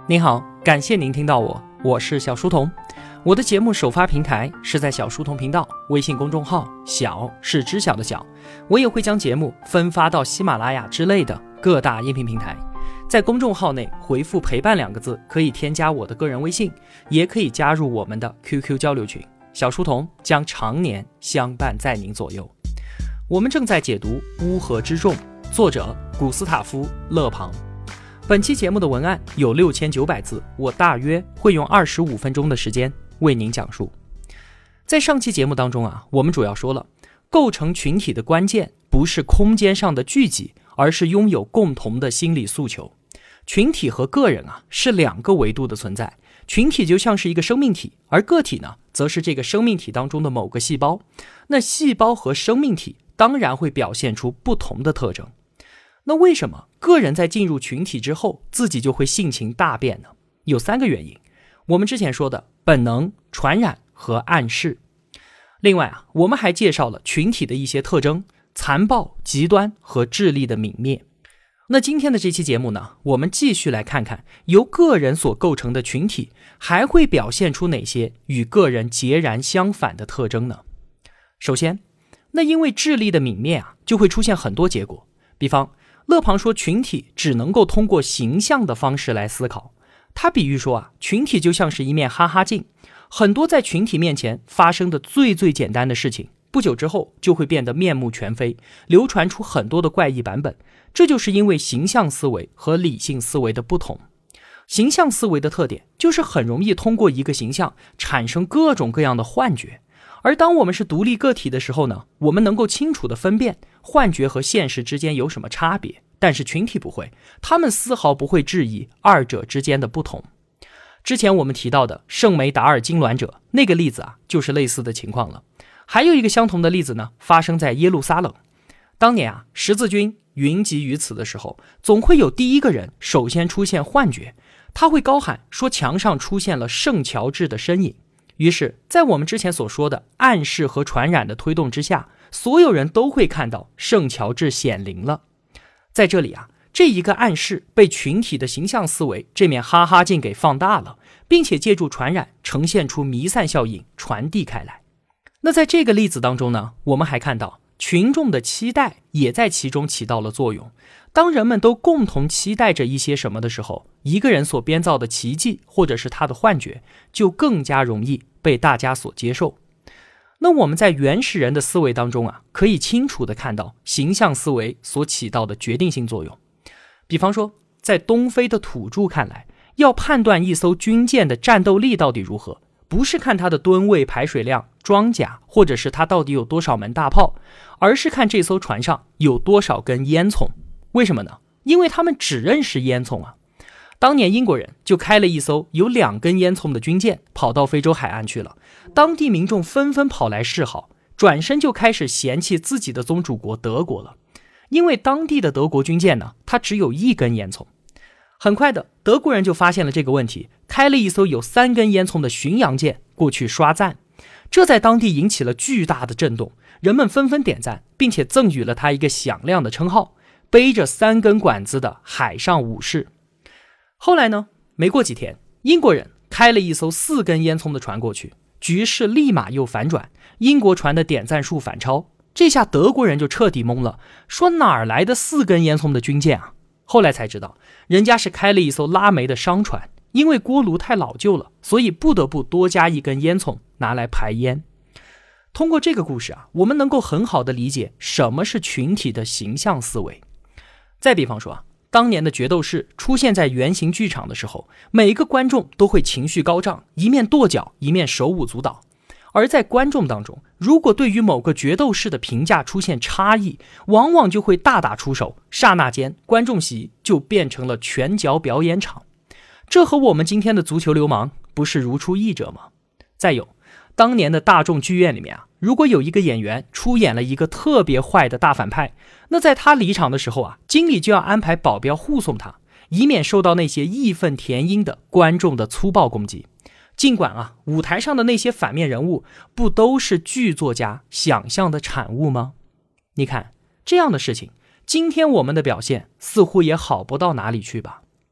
您好，感谢您听到我是小书童。我的节目首发平台是在小书童频道微信公众号，小是知晓的小。我也会将节目分发到喜马拉雅之类的各大音频平台。在公众号内回复陪伴2个字，可以添加我的个人微信，也可以加入我们的 QQ 交流群。小书童将常年相伴在您左右。我们正在解读《乌合之众》，作者古斯塔夫·勒庞。本期节目的文案有6900字，我大约会用25分钟的时间为您讲述。在上期节目当中我们主要说了，构成群体的关键不是空间上的聚集，而是拥有共同的心理诉求。群体和个人是2个维度的存在，群体就像是一个生命体，而个体呢，则是这个生命体当中的某个细胞。那细胞和生命体当然会表现出不同的特征。那为什么个人在进入群体之后，自己就会性情大变呢？有3个原因。我们之前说的本能、传染和暗示。另外我们还介绍了群体的一些特征：残暴、极端和智力的泯灭。那今天的这期节目呢，我们继续来看看由个人所构成的群体还会表现出哪些与个人截然相反的特征呢？首先，那因为智力的泯灭就会出现很多结果。比方勒庞说群体只能够通过形象的方式来思考。他比喻说群体就像是一面哈哈镜，很多在群体面前发生的最简单的事情，不久之后就会变得面目全非，流传出很多的怪异版本。这就是因为形象思维和理性思维的不同。形象思维的特点就是很容易通过一个形象产生各种各样的幻觉，而当我们是独立个体的时候呢，我们能够清楚地分辨幻觉和现实之间有什么差别，但是群体不会，他们丝毫不会质疑二者之间的不同。之前我们提到的圣梅达尔痉挛者那个例子就是类似的情况了。还有一个相同的例子呢，发生在耶路撒冷。当年十字军云集于此的时候，总会有第一个人首先出现幻觉，他会高喊说墙上出现了圣乔治的身影。于是在我们之前所说的暗示和传染的推动之下，所有人都会看到圣乔治显灵了。在这里这一个暗示被群体的形象思维这面哈哈镜给放大了，并且借助传染呈现出弥散效应，传递开来。那在这个例子当中呢，我们还看到群众的期待也在其中起到了作用。当人们都共同期待着一些什么的时候，一个人所编造的奇迹或者是他的幻觉就更加容易被大家所接受。那我们在原始人的思维当中可以清楚地看到形象思维所起到的决定性作用。比方说，在东非的土著看来，要判断一艘军舰的战斗力到底如何，不是看它的吨位、排水量、装甲，或者是它到底有多少门大炮，而是看这艘船上有多少根烟囱。为什么呢？因为他们只认识烟囱当年英国人就开了一艘有2根烟囱的军舰，跑到非洲海岸去了。当地民众纷纷跑来示好，转身就开始嫌弃自己的宗主国德国了。因为当地的德国军舰呢，它只有1根烟囱。很快的，德国人就发现了这个问题，开了一艘有3根烟囱的巡洋舰过去刷赞。这在当地引起了巨大的震动，人们纷纷点赞，并且赠予了他一个响亮的称号，背着3根管子的海上武士。后来呢，没过几天，英国人开了一艘4根烟囱的船过去，局势立马又反转，英国船的点赞数反超。这下德国人就彻底懵了，说哪儿来的4根烟囱的军舰后来才知道，人家是开了一艘拉煤的商船，因为锅炉太老旧了，所以不得不多加1根烟囱拿来排烟。通过这个故事我们能够很好的理解什么是群体的形象思维。再比方说当年的决斗士出现在圆形剧场的时候，每一个观众都会情绪高涨，一面跺脚，一面手舞足蹈。而在观众当中，如果对于某个决斗士的评价出现差异，往往就会大打出手，刹那间观众席就变成了拳脚表演场。这和我们今天的足球流氓不是如出一辙吗？再有，当年的大众剧院里面如果有一个演员出演了一个特别坏的大反派，那在他离场的时候经理就要安排保镖护送他，以免受到那些义愤填膺的观众的粗暴攻击。尽管舞台上的那些反面人物不都是剧作家想象的产物吗？你看，这样的事情，今天我们的表现似乎也好不到哪里去吧。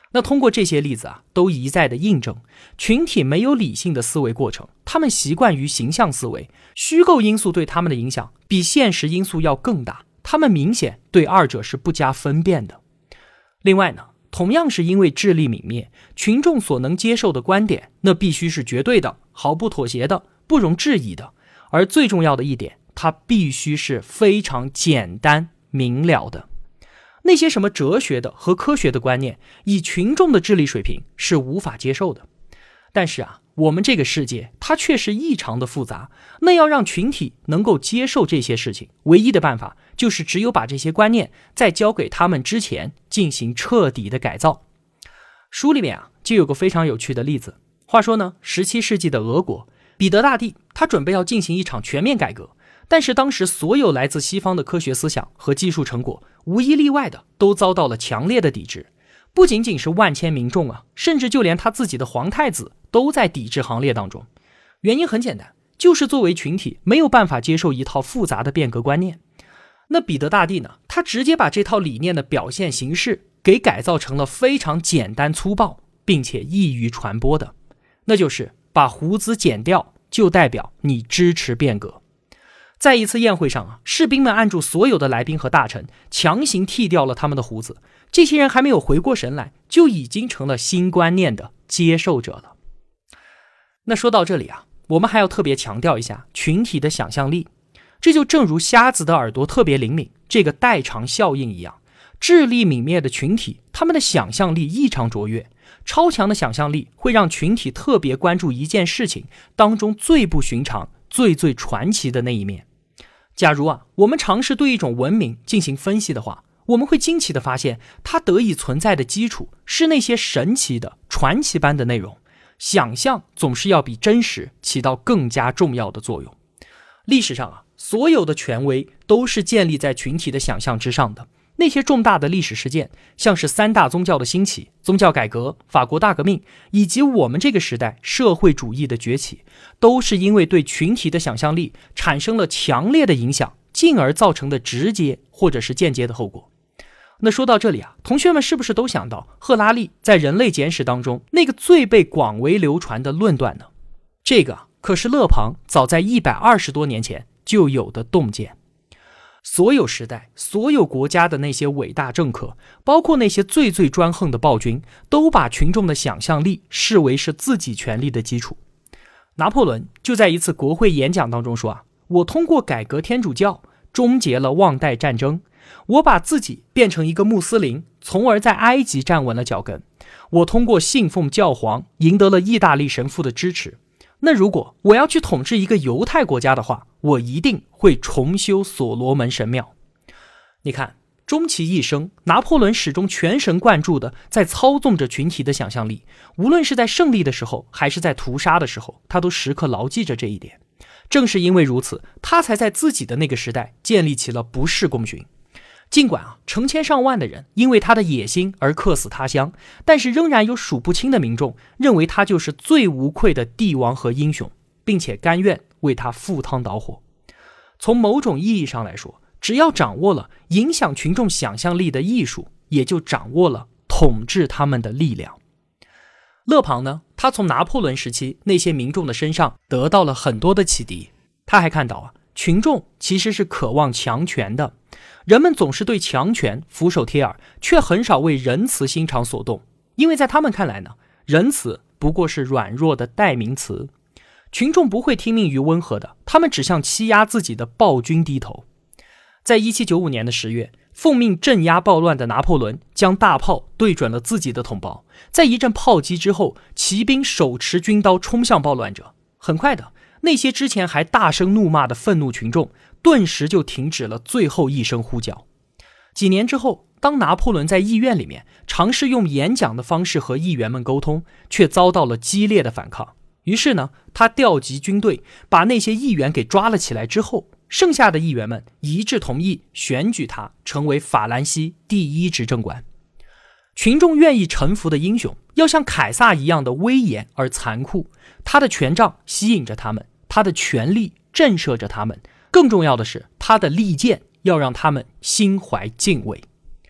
那通过这些例子都一再的印证，群体没有理性的思维过程，他们习惯于形象思维，虚构因素对他们的影响比现实因素要更大，他们明显对二者是不加分辨的。另外呢，同样是因为智力泯灭，群众所能接受的观点，那必须是绝对的，毫不妥协的，不容置疑的，而最重要的一点，它必须是非常简单明了的。那些什么哲学的和科学的观念，以群众的智力水平是无法接受的。但是我们这个世界它却是异常的复杂，那要让群体能够接受这些事情，唯一的办法就是只有把这些观念在交给他们之前进行彻底的改造。书里面就有个非常有趣的例子。话说呢，17世纪的俄国，彼得大帝他准备要进行一场全面改革，但是当时所有来自西方的科学思想和技术成果，无一例外的都遭到了强烈的抵制。不仅仅是万千民众甚至就连他自己的皇太子都在抵制行列当中。原因很简单，就是作为群体没有办法接受一套复杂的变革观念。那彼得大帝呢，他直接把这套理念的表现形式给改造成了非常简单粗暴并且易于传播的，那就是把胡子剪掉就代表你支持变革。在一次宴会上士兵们按住所有的来宾和大臣，强行剃掉了他们的胡子。这些人还没有回过神来，就已经成了新观念的接受者了。那说到这里我们还要特别强调一下群体的想象力。这就正如瞎子的耳朵特别灵敏这个代偿效应一样，智力泯灭的群体，他们的想象力异常卓越。超强的想象力会让群体特别关注一件事情当中最不寻常、最传奇的那一面。假如我们尝试对一种文明进行分析的话，我们会惊奇地发现，它得以存在的基础是那些神奇的、传奇般的内容。想象总是要比真实起到更加重要的作用。历史上所有的权威都是建立在群体的想象之上的。那些重大的历史事件，像是3大宗教的兴起、宗教改革、法国大革命，以及我们这个时代社会主义的崛起，都是因为对群体的想象力产生了强烈的影响，进而造成的直接或者是间接的后果。那说到这里同学们是不是都想到赫拉利在《人类简史》当中那个最被广为流传的论断呢？这个可是勒庞早在120多年前就有的洞见。所有时代、所有国家的那些伟大政客，包括那些最专横的暴君，都把群众的想象力视为是自己权力的基础。拿破仑就在一次国会演讲当中说我通过改革天主教终结了忘代战争，我把自己变成一个穆斯林，从而在埃及站稳了脚跟，我通过信奉教皇赢得了意大利神父的支持。那如果我要去统治一个犹太国家的话，我一定会重修所罗门神庙。你看，终其一生，拿破仑始终全神贯注地在操纵着群体的想象力，无论是在胜利的时候还是在屠杀的时候，他都时刻牢记着这一点。正是因为如此，他才在自己的那个时代建立起了不世公勋。尽管成千上万的人因为他的野心而客死他乡，但是仍然有数不清的民众认为他就是最无愧的帝王和英雄，并且甘愿为他赴汤蹈火。从某种意义上来说，只要掌握了影响群众想象力的艺术，也就掌握了统治他们的力量。勒庞呢，他从拿破仑时期那些民众的身上得到了很多的启迪。他还看到群众其实是渴望强权的，人们总是对强权俯首帖耳，却很少为仁慈心肠所动，因为在他们看来呢，仁慈不过是软弱的代名词。群众不会听命于温和的，他们只向欺压自己的暴君低头。在1795年的10月，奉命镇压暴乱的拿破仑将大炮对准了自己的同胞，在一阵炮击之后，骑兵手持军刀冲向暴乱者。很快的，那些之前还大声怒骂的愤怒群众顿时就停止了最后一声呼叫。几年之后，当拿破仑在议院里面尝试用演讲的方式和议员们沟通，却遭到了激烈的反抗。于是呢，他调集军队把那些议员给抓了起来之后，剩下的议员们一致同意选举他成为法兰西第一执政官。群众愿意臣服的英雄要像凯撒一样的威严而残酷，他的权杖吸引着他们，他的权力震慑着他们，更重要的是他的利剑要让他们心怀敬畏。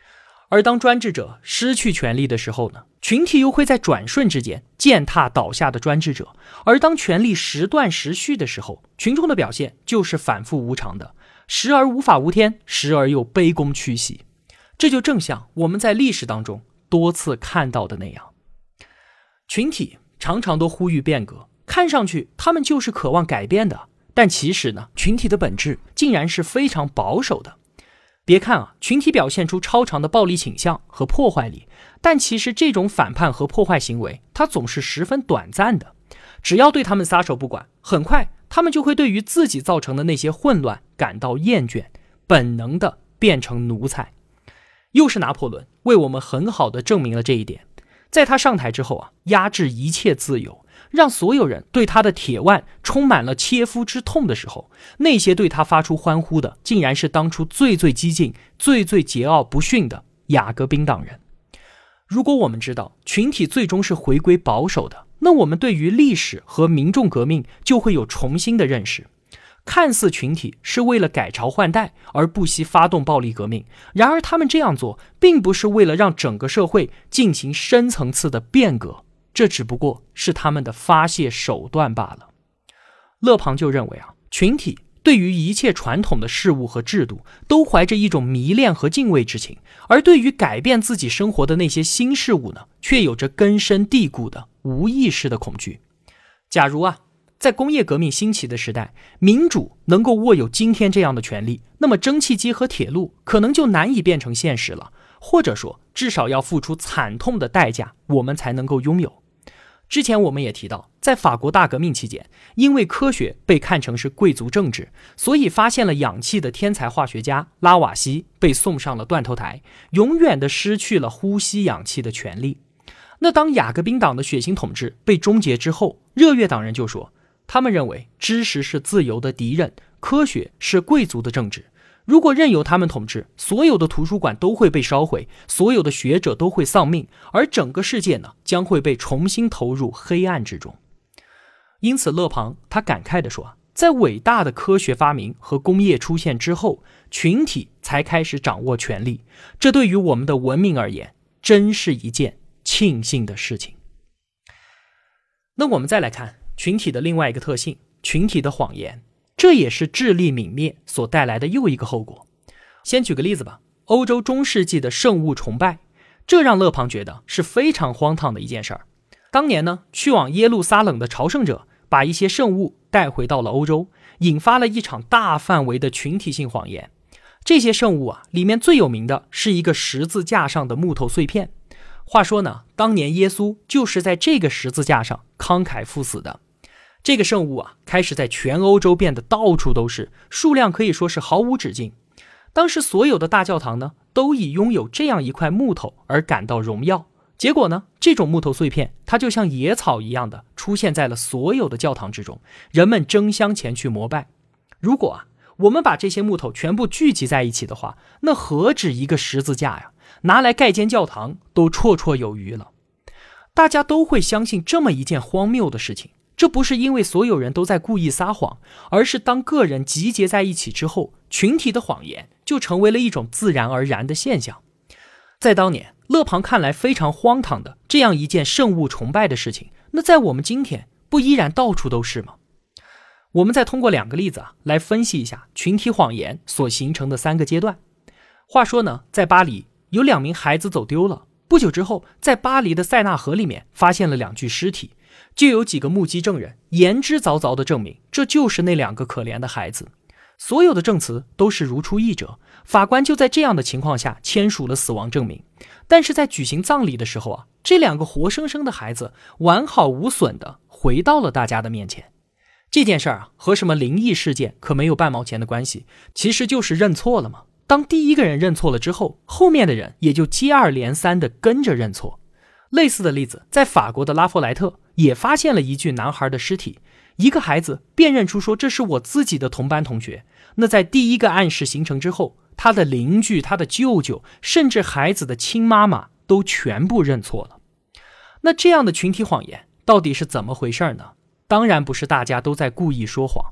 而当专制者失去权力的时候呢，群体又会在转瞬之间践踏倒下的专制者。而当权力时断时续的时候，群众的表现就是反复无常的，时而无法无天，时而又卑躬屈膝。这就正像我们在历史当中多次看到的那样，群体常常都呼吁变革，看上去他们就是渴望改变的，但其实呢，群体的本质竟然是非常保守的。别看群体表现出超常的暴力倾向和破坏力，但其实这种反叛和破坏行为它总是十分短暂的。只要对他们撒手不管，很快他们就会对于自己造成的那些混乱感到厌倦，本能的变成奴才。又是拿破仑为我们很好的证明了这一点。在他上台之后压制一切自由，让所有人对他的铁腕充满了切肤之痛的时候，那些对他发出欢呼的，竟然是当初最激进、最桀骜不驯的雅各宾党人。如果我们知道群体最终是回归保守的，那我们对于历史和民众革命就会有重新的认识。看似群体是为了改朝换代而不惜发动暴力革命，然而他们这样做并不是为了让整个社会进行深层次的变革，这只不过是他们的发泄手段罢了。勒庞就认为群体对于一切传统的事物和制度都怀着一种迷恋和敬畏之情，而对于改变自己生活的那些新事物呢，却有着根深蒂固的无意识的恐惧。假如在工业革命兴起的时代，民主能够握有今天这样的权利，那么蒸汽机和铁路可能就难以变成现实了，或者说至少要付出惨痛的代价，我们才能够拥有。之前我们也提到，在法国大革命期间，因为科学被看成是贵族政治，所以发现了氧气的天才化学家拉瓦锡被送上了断头台，永远的失去了呼吸氧气的权利。那当雅各宾党的血腥统治被终结之后，热月党人就说，他们认为知识是自由的敌人，科学是贵族的政治。如果任由他们统治，所有的图书馆都会被烧毁，所有的学者都会丧命，而整个世界呢，将会被重新投入黑暗之中。因此勒庞他感慨地说，在伟大的科学发明和工业出现之后，群体才开始掌握权力，这对于我们的文明而言，真是一件庆幸的事情。那我们再来看群体的另外一个特性，群体的谎言，这也是智力泯灭所带来的又一个后果。先举个例子吧，欧洲中世纪的圣物崇拜，这让勒庞觉得是非常荒唐的一件事儿。当年呢，去往耶路撒冷的朝圣者把一些圣物带回到了欧洲，引发了一场大范围的群体性谎言。这些圣物里面最有名的是一个十字架上的木头碎片。话说呢，当年耶稣就是在这个十字架上慷慨赴死的。这个圣物开始在全欧洲变得到处都是，数量可以说是毫无止境。当时所有的大教堂呢，都以拥有这样一块木头而感到荣耀。结果呢，这种木头碎片它就像野草一样的出现在了所有的教堂之中，人们争相前去膜拜。如果我们把这些木头全部聚集在一起的话，那何止一个十字架呀，拿来盖间教堂都绰绰有余了。大家都会相信这么一件荒谬的事情，这不是因为所有人都在故意撒谎，而是当个人集结在一起之后，群体的谎言就成为了一种自然而然的现象。在当年勒庞看来非常荒唐的这样一件圣物崇拜的事情，那在我们今天不依然到处都是吗？我们再通过两个例子来分析一下群体谎言所形成的三个阶段。话说呢，在巴黎有2名孩子走丢了，不久之后在巴黎的塞纳河里面发现了2具尸体，就有几个目击证人言之凿凿地证明这就是那2个可怜的孩子。所有的证词都是如出一辙，法官就在这样的情况下签署了死亡证明。但是在举行葬礼的时候这2个活生生的孩子完好无损地回到了大家的面前。这件事和什么灵异事件可没有半毛钱的关系，其实就是认错了嘛。当第一个人认错了之后，后面的人也就接二连三地跟着认错。类似的例子在法国的拉佛莱特也发现了一具男孩的尸体，一个孩子辨认出说这是我自己的同班同学。那在第一个暗示形成之后，他的邻居、他的舅舅，甚至孩子的亲妈妈都全部认错了。那这样的群体谎言到底是怎么回事呢？当然不是大家都在故意说谎，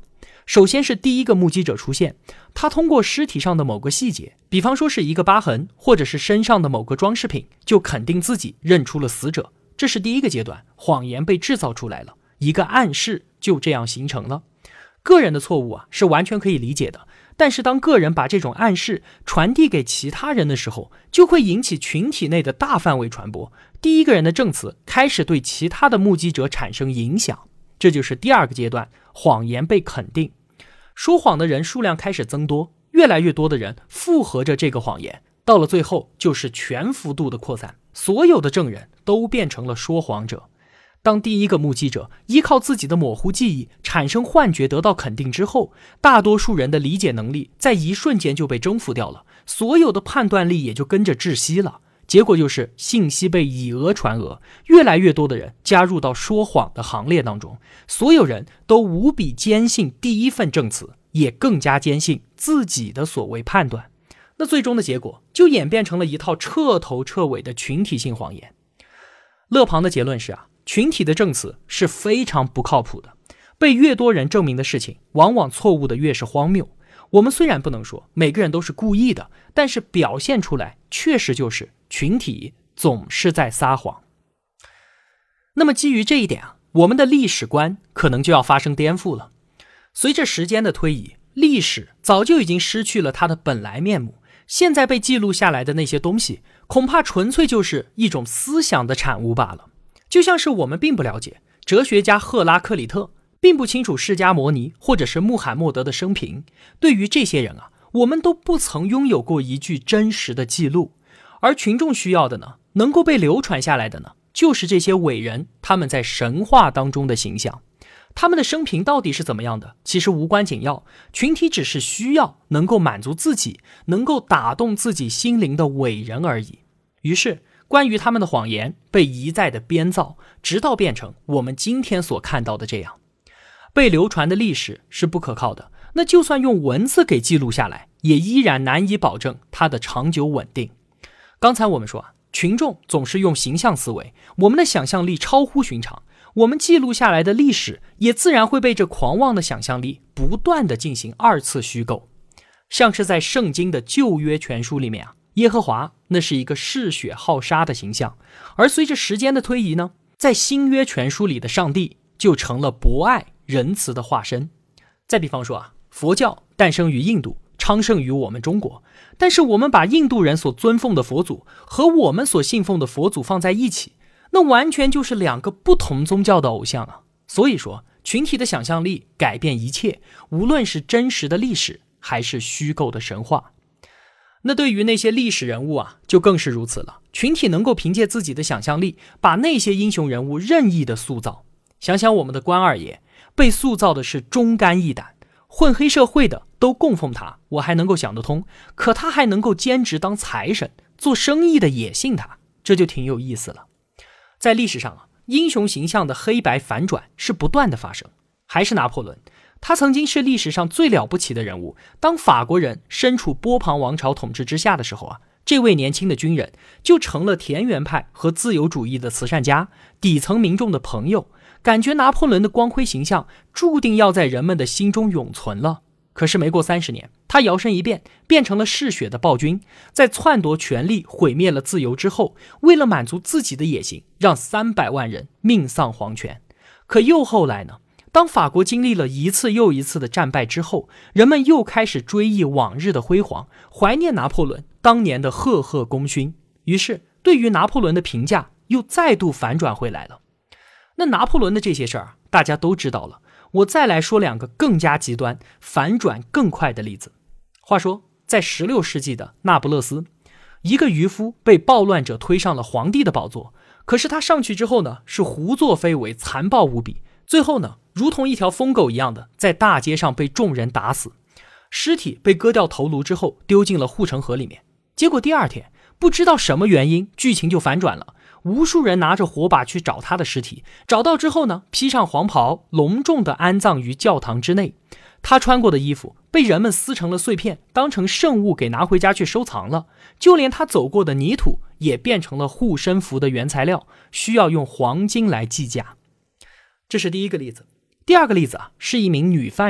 首先是第一个目击者出现，他通过尸体上的某个细节，比方说是一个疤痕，或者是身上的某个装饰品，就肯定自己认出了死者。这是第一个阶段，谎言被制造出来了，一个暗示就这样形成了。个人的错误是完全可以理解的，但是当个人把这种暗示传递给其他人的时候，就会引起群体内的大范围传播。第一个人的证词开始对其他的目击者产生影响，这就是第二个阶段，谎言被肯定。说谎的人数量开始增多，越来越多的人附和着这个谎言，到了最后就是全幅度的扩散，所有的证人都变成了说谎者。当第一个目击者依靠自己的模糊记忆产生幻觉得到肯定之后，大多数人的理解能力在一瞬间就被征服掉了，所有的判断力也就跟着窒息了。结果就是信息被以讹传讹，越来越多的人加入到说谎的行列当中，所有人都无比坚信第一份证词，也更加坚信自己的所谓判断。那最终的结果就演变成了一套彻头彻尾的群体性谎言。勒庞的结论是群体的证词是非常不靠谱的，被越多人证明的事情，往往错误的越是荒谬。我们虽然不能说每个人都是故意的，但是表现出来确实就是群体总是在撒谎。那么基于这一点我们的历史观可能就要发生颠覆了。随着时间的推移，历史早就已经失去了它的本来面目，现在被记录下来的那些东西，恐怕纯粹就是一种思想的产物罢了。就像是我们并不了解哲学家赫拉克里特，并不清楚释迦牟尼或者是穆罕默德的生平，对于这些人我们都不曾拥有过一句真实的记录。而群众需要的呢，能够被流传下来的呢，就是这些伟人他们在神话当中的形象。他们的生平到底是怎么样的，其实无关紧要，群体只是需要能够满足自己，能够打动自己心灵的伟人而已。于是关于他们的谎言被一再的编造，直到变成我们今天所看到的这样。被流传的历史是不可靠的，那就算用文字给记录下来，也依然难以保证它的长久稳定。刚才我们说群众总是用形象思维，我们的想象力超乎寻常，我们记录下来的历史也自然会被这狂妄的想象力不断的进行二次虚构。像是在圣经的旧约全书里面耶和华那是一个嗜血好杀的形象，而随着时间的推移呢，在新约全书里的上帝就成了博爱仁慈的化身。再比方说佛教诞生于印度，昌盛于我们中国，但是我们把印度人所尊奉的佛祖和我们所信奉的佛祖放在一起，那完全就是两个不同宗教的偶像所以说群体的想象力改变一切，无论是真实的历史还是虚构的神话。那对于那些历史人物就更是如此了。群体能够凭借自己的想象力，把那些英雄人物任意的塑造。想想我们的关二爷，被塑造的是忠肝义胆，混黑社会的都供奉他，我还能够想得通，可他还能够兼职当财神，做生意的也信他，这就挺有意思了。在历史上英雄形象的黑白反转是不断的发生。还是拿破仑，他曾经是历史上最了不起的人物。当法国人身处波旁王朝统治之下的时候这位年轻的军人就成了田园派和自由主义的慈善家，底层民众的朋友，感觉拿破仑的光辉形象注定要在人们的心中永存了。可是没过30年，他摇身一变，变成了嗜血的暴君，在篡夺权力毁灭了自由之后，为了满足自己的野心，让300万人命丧黄泉。可又后来呢，当法国经历了一次又一次的战败之后，人们又开始追忆往日的辉煌，怀念拿破仑当年的赫赫功勋，于是对于拿破仑的评价又再度反转回来了。那拿破仑的这些事儿大家都知道了，我再来说2个更加极端、反转更快的例子。话说在16世纪的那不勒斯，一个渔夫被暴乱者推上了皇帝的宝座，可是他上去之后呢，是胡作非为，残暴无比，最后呢，如同一条疯狗一样的在大街上被众人打死，尸体被割掉头颅之后丢进了护城河里面。结果第2天，不知道什么原因，剧情就反转了，无数人拿着火把去找他的尸体，找到之后呢，披上黄袍，隆重地安葬于教堂之内。他穿过的衣服被人们撕成了碎片，当成圣物给拿回家去收藏了，就连他走过的泥土也变成了护身符的原材料，需要用黄金来计价。这是第一个例子。第2个例子是一名女犯人，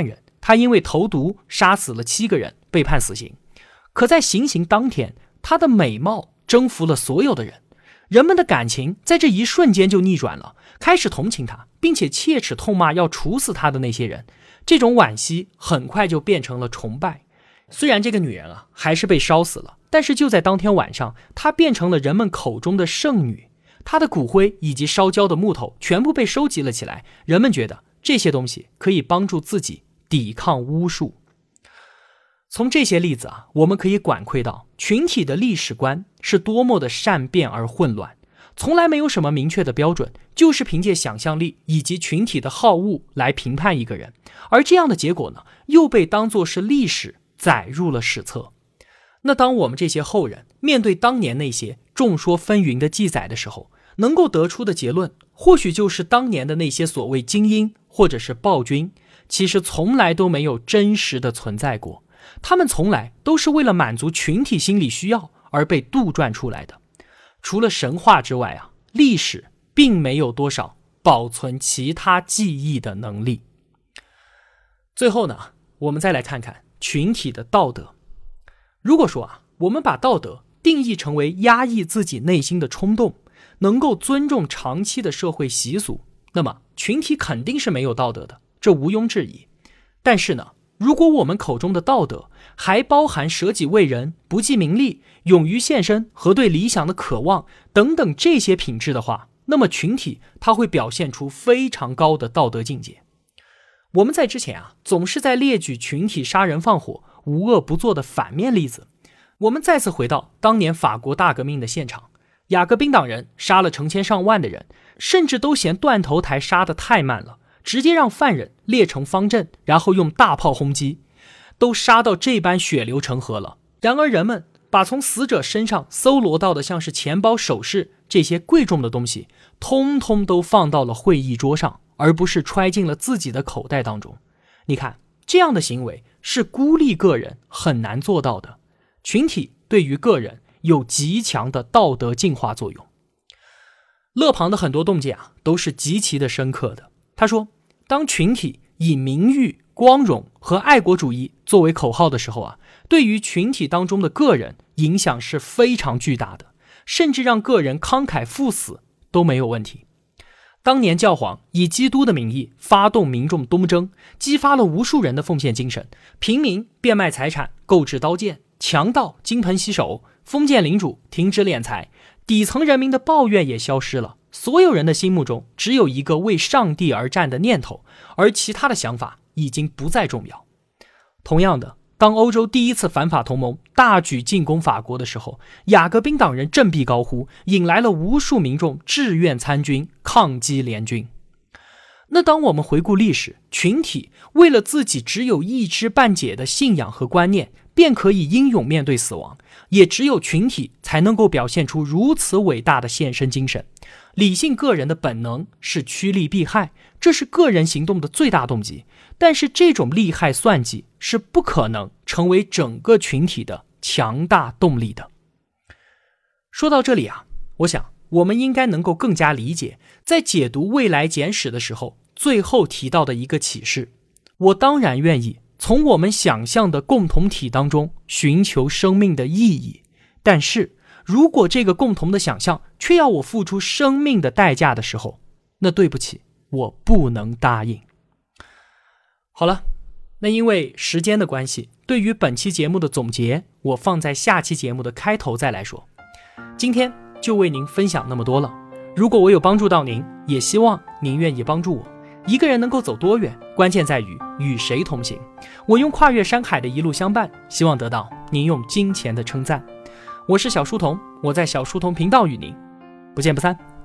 他因为投毒杀死了7个人，被判死刑。可在行刑当天，他的美貌征服了所有的人，人们的感情在这一瞬间就逆转了，开始同情他，并且切齿痛骂要处死他的那些人。这种惋惜很快就变成了崇拜。虽然这个女人还是被烧死了，但是就在当天晚上，她变成了人们口中的圣女。她的骨灰以及烧焦的木头全部被收集了起来，人们觉得这些东西可以帮助自己抵抗巫术。从这些例子我们可以管窥到群体的历史观是多么的善变而混乱，从来没有什么明确的标准，就是凭借想象力以及群体的好恶来评判一个人，而这样的结果呢，又被当作是历史载入了史册。那当我们这些后人面对当年那些众说纷纭的记载的时候，能够得出的结论，或许就是当年的那些所谓精英或者是暴君，其实从来都没有真实的存在过，他们从来都是为了满足群体心理需要而被杜撰出来的。除了神话之外历史并没有多少保存其他记忆的能力。最后呢，我们再来看看群体的道德。如果说我们把道德定义成为压抑自己内心的冲动，能够尊重长期的社会习俗，那么群体肯定是没有道德的，这毋庸置疑。但是呢，如果我们口中的道德还包含舍己为人、不计名利、勇于献身和对理想的渴望等等这些品质的话，那么群体它会表现出非常高的道德境界。我们在之前总是在列举群体杀人放火、无恶不作的反面例子。我们再次回到当年法国大革命的现场，雅各宾党人杀了成千上万的人，甚至都嫌断头台杀得太慢了，直接让犯人列成方阵，然后用大炮轰击，都杀到这般血流成河了。然而人们把从死者身上搜罗到的像是钱包、首饰这些贵重的东西，通通都放到了会议桌上，而不是揣进了自己的口袋当中。你看，这样的行为是孤立个人很难做到的。群体对于个人有极强的道德净化作用。勒庞的很多洞见都是极其的深刻的。他说，当群体以名誉、光荣和爱国主义作为口号的时候对于群体当中的个人影响是非常巨大的，甚至让个人慷慨赴死都没有问题。当年教皇以基督的名义发动民众东征，激发了无数人的奉献精神，平民变卖财产购置刀剑，强盗金盆洗手，封建领主停止敛财，底层人民的抱怨也消失了，所有人的心目中只有一个为上帝而战的念头，而其他的想法已经不再重要。同样的，当欧洲第一次反法同盟大举进攻法国的时候，雅各宾党人振臂高呼，引来了无数民众志愿参军，抗击联军。那当我们回顾历史，群体为了自己只有一知半解的信仰和观念，便可以英勇面对死亡，也只有群体才能够表现出如此伟大的献身精神。理性个人的本能是趋利避害，这是个人行动的最大动机，但是这种利害算计是不可能成为整个群体的强大动力的。说到这里我想我们应该能够更加理解在解读未来简史的时候最后提到的一个启示。我当然愿意从我们想象的共同体当中寻求生命的意义，但是如果这个共同的想象却要我付出生命的代价的时候，那对不起，我不能答应。好了，那因为时间的关系，对于本期节目的总结，我放在下期节目的开头再来说。今天就为您分享那么多了，如果我有帮助到您，也希望您愿意帮助我。一个人能够走多远，关键在于与谁同行。我用跨越山海的一路相伴，希望得到您用金钱的称赞。我是小书童，我在小书童频道与您不见不散。